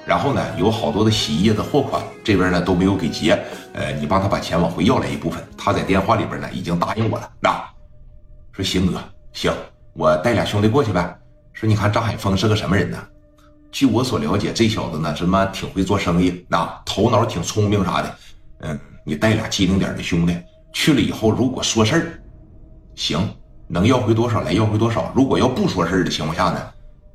然后呢，有好多的洗衣液的货款这边呢都没有给结，你帮他把钱往回要来一部分。他在电话里边呢已经答应我了。那说行哥，行，我带俩兄弟过去呗。说你看张海峰是个什么人呢？据我所了解，这小子呢什么挺会做生意，头脑挺聪明啥的。你带俩机灵点的兄弟去了以后，如果说事儿，行，能要回多少来要回多少。如果要不说事儿的情况下呢，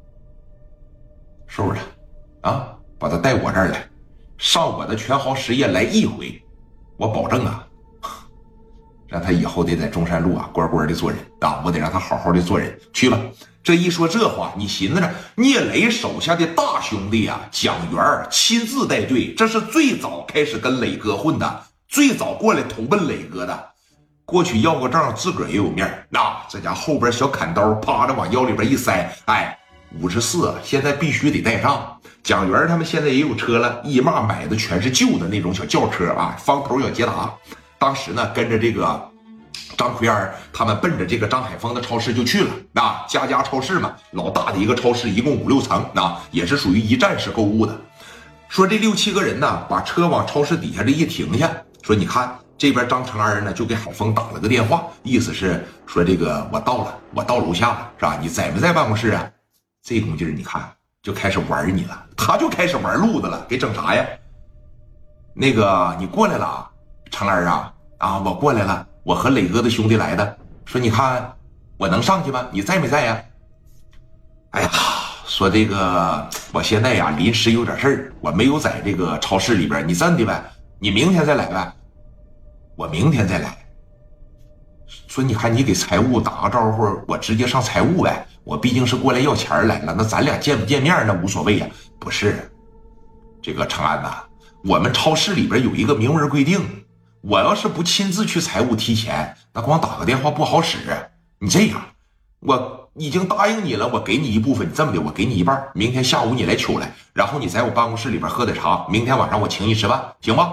收拾他啊，把他带我这儿来，上我的全豪实业来一回，我保证啊，让他以后得在中山路啊乖乖的做人啊，我得让他好好的做人。去吧。这一说这话，你寻思着聂磊手下的大兄弟啊，蒋元亲自带队，这是最早开始跟磊哥混的，最早过来投奔磊哥的，过去要个账自个儿也有面。这家后边小砍刀啪着往腰里边一塞，哎，54现在必须得带账。蒋元他们现在也有车了，一骂买的全是旧的那种小轿车啊，方头小捷达。当时呢跟着这个张奎儿他们奔着这个张海峰的超市就去了。家家超市嘛，老大的一个超市，一共5、6层，也是属于一站式购物的。说这6、7个人呢，把车往超市底下这一停下，说你看这边张成安呢就给海峰打了个电话，意思是说这个我到了，我到楼下了，是吧？你在没在办公室啊？这功劲儿你看就开始玩你了，他就开始玩路子了，给整啥呀？那个你过来了啊，成安啊，我过来了，我和磊哥的兄弟来的。说你看我能上去吗？你在没在呀？哎呀，说这个我现在呀临时有点事儿，我没有在这个超市里边，你这的呗，你明天再来呗。我明天再来。说你看你给财务打个招呼，我直接上财务呗，我毕竟是过来要钱来了，那咱俩见不见面那无所谓呀。不是这个成安呐，我们超市里边有一个明文规定，我要是不亲自去财务提钱，那光打个电话不好使。你这样，我已经答应你了，我给你一部分，你这么的，我给你一半，明天下午你来取来，然后你在我办公室里边喝点茶，明天晚上我请你吃饭，行吗？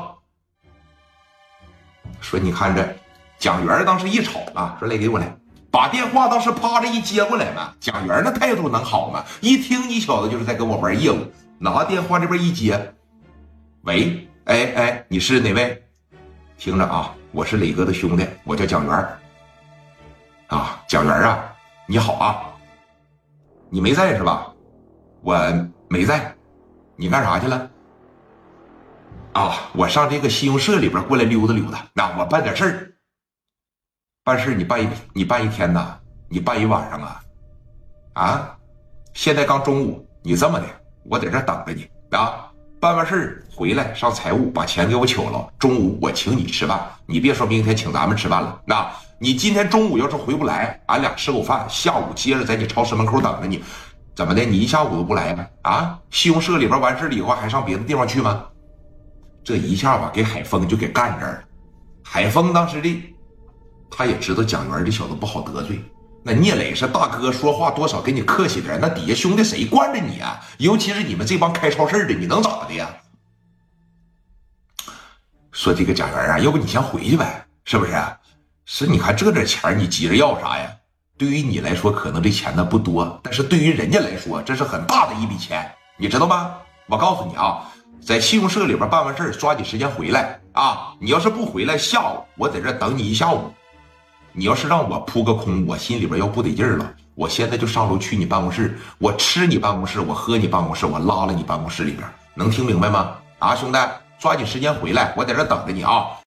说你看这蒋元当时一吵啊，说来给我来，把电话当时啪着一接过来嘛。蒋元那态度能好吗？一听你小子就是在跟我玩业务，拿电话这边一接，喂，哎，你是哪位？听着啊，我是磊哥的兄弟，我叫蒋元啊。蒋元啊，你好啊，你没在是吧？我没在，你干啥去了？啊，我上这个信用社里边过来溜达溜达，我办点事儿。办事你办一天呐？你办一晚上啊？啊，现在刚中午，你这么的，我在这等着你啊。办完事回来上财务把钱给我取了，中午我请你吃饭，你别说明天请咱们吃饭了。你今天中午要是回不来，俺俩吃口饭，下午接着在你超市门口等着你。怎么的？你一下午都不来呀？啊，信用社里边完事了以后还上别的地方去吗？这一下吧，给海峰就给干这儿了。海峰当时他也知道蒋元这小子不好得罪，那聂磊是大哥，说话多少给你客气点，那底下兄弟谁惯着你啊？尤其是你们这帮开超市的，你能咋的呀？说这个蒋元啊，要不你先回去呗，是不是？是，你看这点钱你急着要啥呀？对于你来说可能这钱呢不多，但是对于人家来说这是很大的一笔钱，你知道吗？我告诉你啊，在信用社里边办完事抓紧时间回来啊！你要是不回来，下午我在这等你一下午。你要是让我扑个空，我心里边要不得劲儿了。我现在就上楼去你办公室，我吃你办公室，我喝你办公室，我拉了你办公室里边，能听明白吗？啊，兄弟，抓紧时间回来，我在这等着你啊！